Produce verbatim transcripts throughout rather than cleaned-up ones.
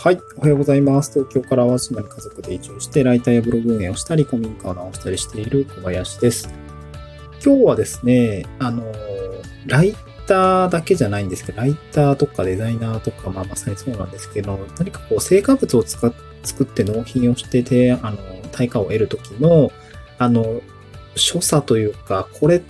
はい、おはようございます。東京から淡路島に家族で移住して、ライターやブログ運営をしたり、古民家を直したりしている小林です。今日はですね、あの、ライターだけじゃないんですけど、ライターとかデザイナーとか、まあまさにそうなんですけど、何かこう、成果物を使っ作って納品をしてて、あの、対価を得るときの、あの、所作というか、これって、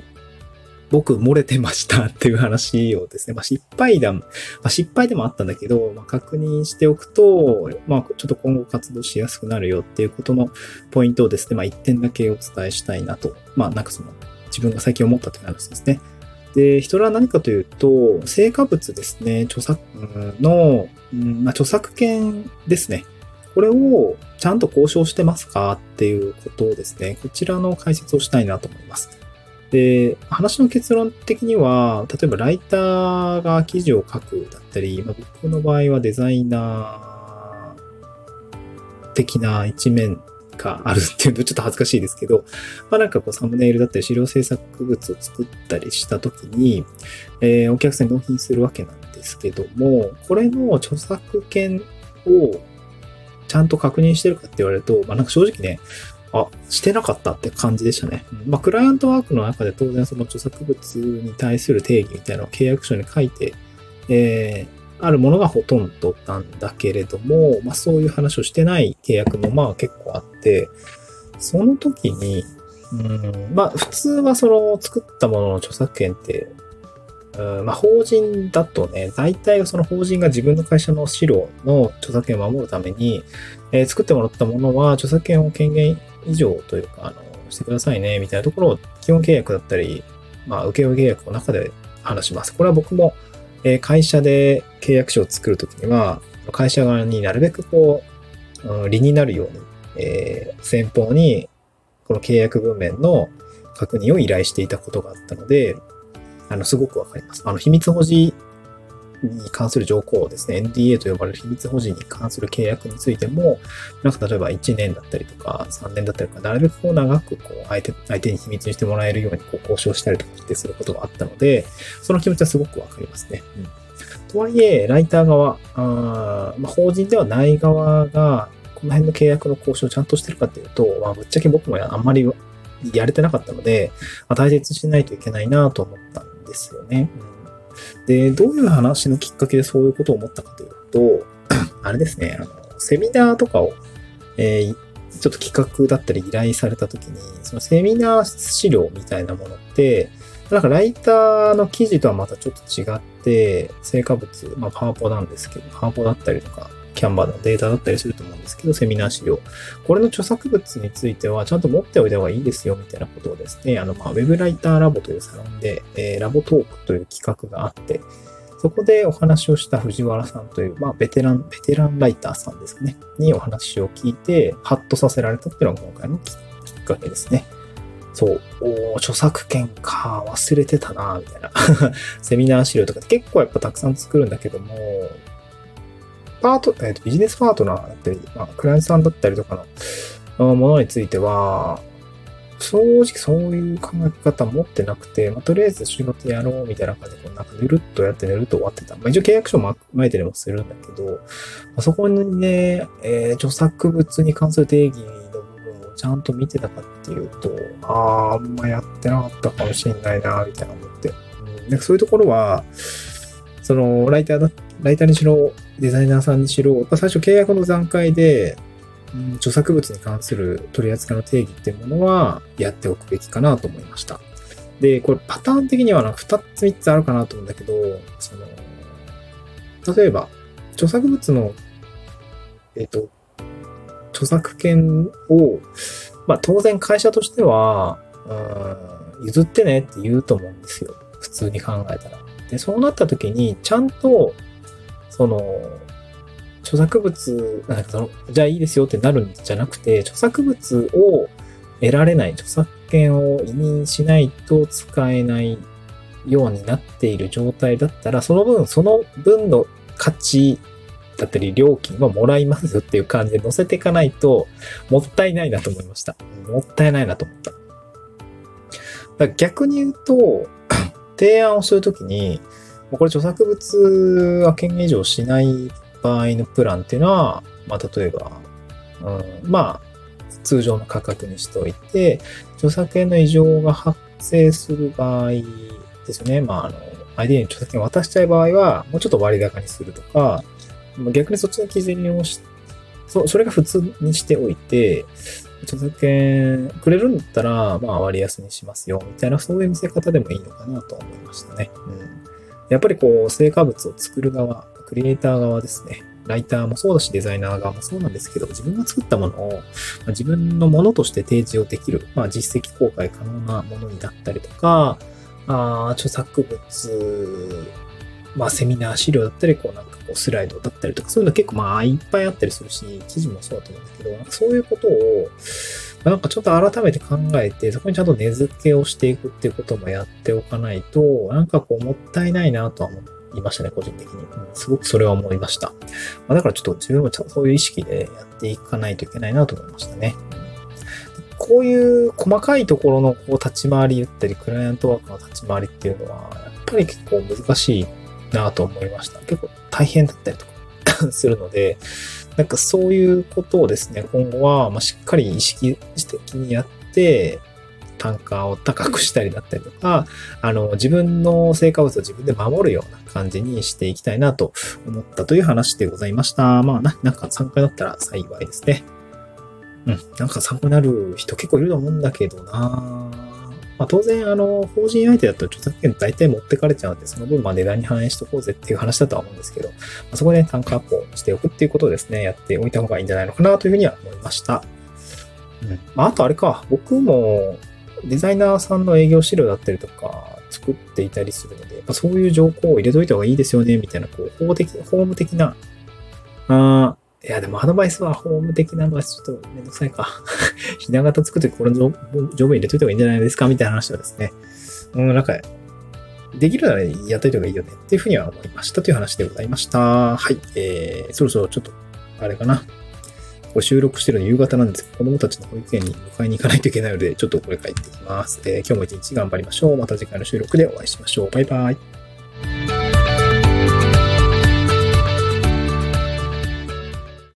僕漏れてましたっていう話をですね、まあ、失敗談、まあ、失敗でもあったんだけど、まあ、確認しておくと、まあ、ちょっと今後活動しやすくなるよっていうことのポイントをですね、まあ、一点だけお伝えしたいなと。まあ、なんかその、自分が最近思ったという話ですね。で、人は何かというと、成果物ですね、著作の、うんまあ、著作権ですね。これをちゃんと交渉してますかっていうことをですね、こちらの解説をしたいなと思います。で、話の結論的には、例えばライターが記事を書くだったり、まあ、僕の場合はデザイナー的な一面があるっていうとちょっと恥ずかしいですけど、まあなんかこうサムネイルだったり資料制作物を作ったりしたときに、えー、お客さんに納品するわけなんですけども、これの著作権をちゃんと確認してるかって言われると、まあなんか正直ね、あ、してなかったって感じでしたね。まあ、クライアントワークの中で当然その著作物に対する定義みたいなのを契約書に書いて、えー、あるものがほとんどなんだけれども、まあ、そういう話をしてない契約もまあ結構あって、その時に、うん、まあ普通はその作ったものの著作権って、うんまあ、法人だとね、大体その法人が自分の会社の資料の著作権を守るために、えー、作ってもらったものは著作権を権限以上というか、あの、してくださいね、みたいなところを基本契約だったり、まあ、請負契約の中で話します。これは僕も、えー、会社で契約書を作るときには、会社側になるべくこう、うん、理になるように、えー、先方にこの契約文面の確認を依頼していたことがあったので、あの、すごくわかります。あの、秘密保持に関する条項ですね、エヌディーエー と呼ばれる秘密保持に関する契約についても、なんか例えばいちねんだったりとかさんねんだったりとか、なるべくこう長くこう相手、相手に秘密にしてもらえるようにこう交渉したりとかってすることがあったので、その気持ちはすごくわかりますね。うん、とはいえ、ライター側、あまあ、法人ではない側が、この辺の契約の交渉をちゃんとしてるかっていうと、まあ、ぶっちゃけ僕もあんまりやれてなかったので、まあ、大切にしないといけないなと思ったんですよね。うん、で、どういう話のきっかけでそういうことを思ったかというと、あれですね、あの、セミナーとかを、えー、ちょっと企画だったり依頼されたときに、そのセミナー資料みたいなものって、なんかライターの記事とはまたちょっと違って、成果物、まあパワポなんですけど、パワポだったりとか、キャンバーのデータだったりすると思うんですけど、セミナー資料。これの著作物についてはちゃんと持っておいた方がいいですよ、みたいなことをですね、あの、まあ、ウェブライターラボというサロンで、えー、ラボトークという企画があって、そこでお話をした藤原さんという、まあ、ベテラン、ベテランライターさんですかね、にお話を聞いて、ハッとさせられたっていうのが今回のきっかけですね。そう、お著作権か、忘れてたな、みたいな。セミナー資料とかって結構やっぱたくさん作るんだけども、パート、えっと、ビジネスパートナーだったり、まあ、クライアントさんだったりとかのものについては、正直そういう考え方持ってなくて、まあ、とりあえず仕事やろうみたいな感じで、こうなんかぬるっとやってぬるっと終わってた。まあ、一応契約書も巻いてりもするんだけど、まあ、そこにね、えー、著作物に関する定義の部分をちゃんと見てたかっていうと、あー、あんまやってなかったかもしれないな、みたいな思って。うん、なんかそういうところは、その、ライターだ、ライターにしろ、デザイナーさんにしろ、最初契約の段階で、うん、著作物に関する取り扱いの定義っていうものはやっておくべきかなと思いました。で、これパターン的にはなんかふたつみっつあるかなと思うんだけど、その、例えば、著作物の、えっと、著作権を、まあ当然会社としては、うん、譲ってねって言うと思うんですよ。普通に考えたら。で、そうなった時に、ちゃんと、その、著作物、なんかその、じゃあいいですよってなるんじゃなくて、著作物を得られない、著作権を委任しないと使えないようになっている状態だったら、その分、その分の価値だったり料金はもらいますっていう感じで載せていかないと、もったいないなと思いました。もったいないなと思った。だから逆に言うと、提案をするときに、これ著作物は権限以上しない場合のプランっていうのは、まあ、例えば、うん、まあ、通常の価格にしておいて、著作権の異常が発生する場合ですよね。まあ、あの、相手に著作権を渡しちゃう場合は、もうちょっと割高にするとか、逆にそっちの基準をし、そ、それが普通にしておいて、著作権くれるんだったら、まあ割安にしますよ、みたいな、そういう見せ方でもいいのかなと思いましたね。うん。やっぱりこう、成果物を作る側、クリエイター側ですね。ライターもそうだし、デザイナー側もそうなんですけど、自分が作ったものを、まあ、自分のものとして提示をできる、まあ実績公開可能なものになったりとか、あ著作物、まあセミナー資料だったり、こうなんかこうスライドだったりとか、そういうの結構まあいっぱいあったりするし、記事もそうだと思うんだけど、なんかそういうことを、なんかちょっと改めて考えて、そこにちゃんと根付けをしていくっていうこともやっておかないと、なんかこうもったいないなとは思いましたね、個人的に。うん、すごくそれは思いました。まあ、だからちょっと自分もちゃんとそういう意識でやっていかないといけないなと思いましたね。こういう細かいところのこう立ち回りだったり、クライアントワークの立ち回りっていうのは、やっぱり結構難しいなと思いました。結構大変だったりとかするので、なんかそういうことをですね、今後はまあしっかり意識的にやって、単価を高くしたりだったりとか、あの、自分の成果物を自分で守るような感じにしていきたいなと思ったという話でございました。まあな、なんか参考になったら幸いですね。うん。なんか参考になる人結構いると思うんだけどな。まあ当然、あの、法人相手だと著作権大体持ってかれちゃうんで、その分まあ値段に反映しとこうぜっていう話だとは思うんですけど、まあ、そこで、ね、単価アップをしておくっていうことをですね、やっておいた方がいいんじゃないのかなというふうには思いました。うん。まああとあれか、僕もデザイナーさんの営業資料だったりとか作っていたりするので、やっぱそういう情報を入れといた方がいいですよね、みたいな、こう、法的、法務的な、あいや、でもアドバイスは法務的なのはちょっとめんどくさいか。ひな形作ってこれの条文入れといた方がいいんじゃないですかみたいな話はですね。うん、なんか、できるならやっといた方がいいよねっていうふうには思いましたという話でございました。はい。えー、そろそろちょっと、あれかな。これ収録してるの夕方なんですけど、子供たちの保育園に迎えに行かないといけないので、ちょっとこれ帰ってきます。えー、今日も一日頑張りましょう。また次回の収録でお会いしましょう。バイバイ。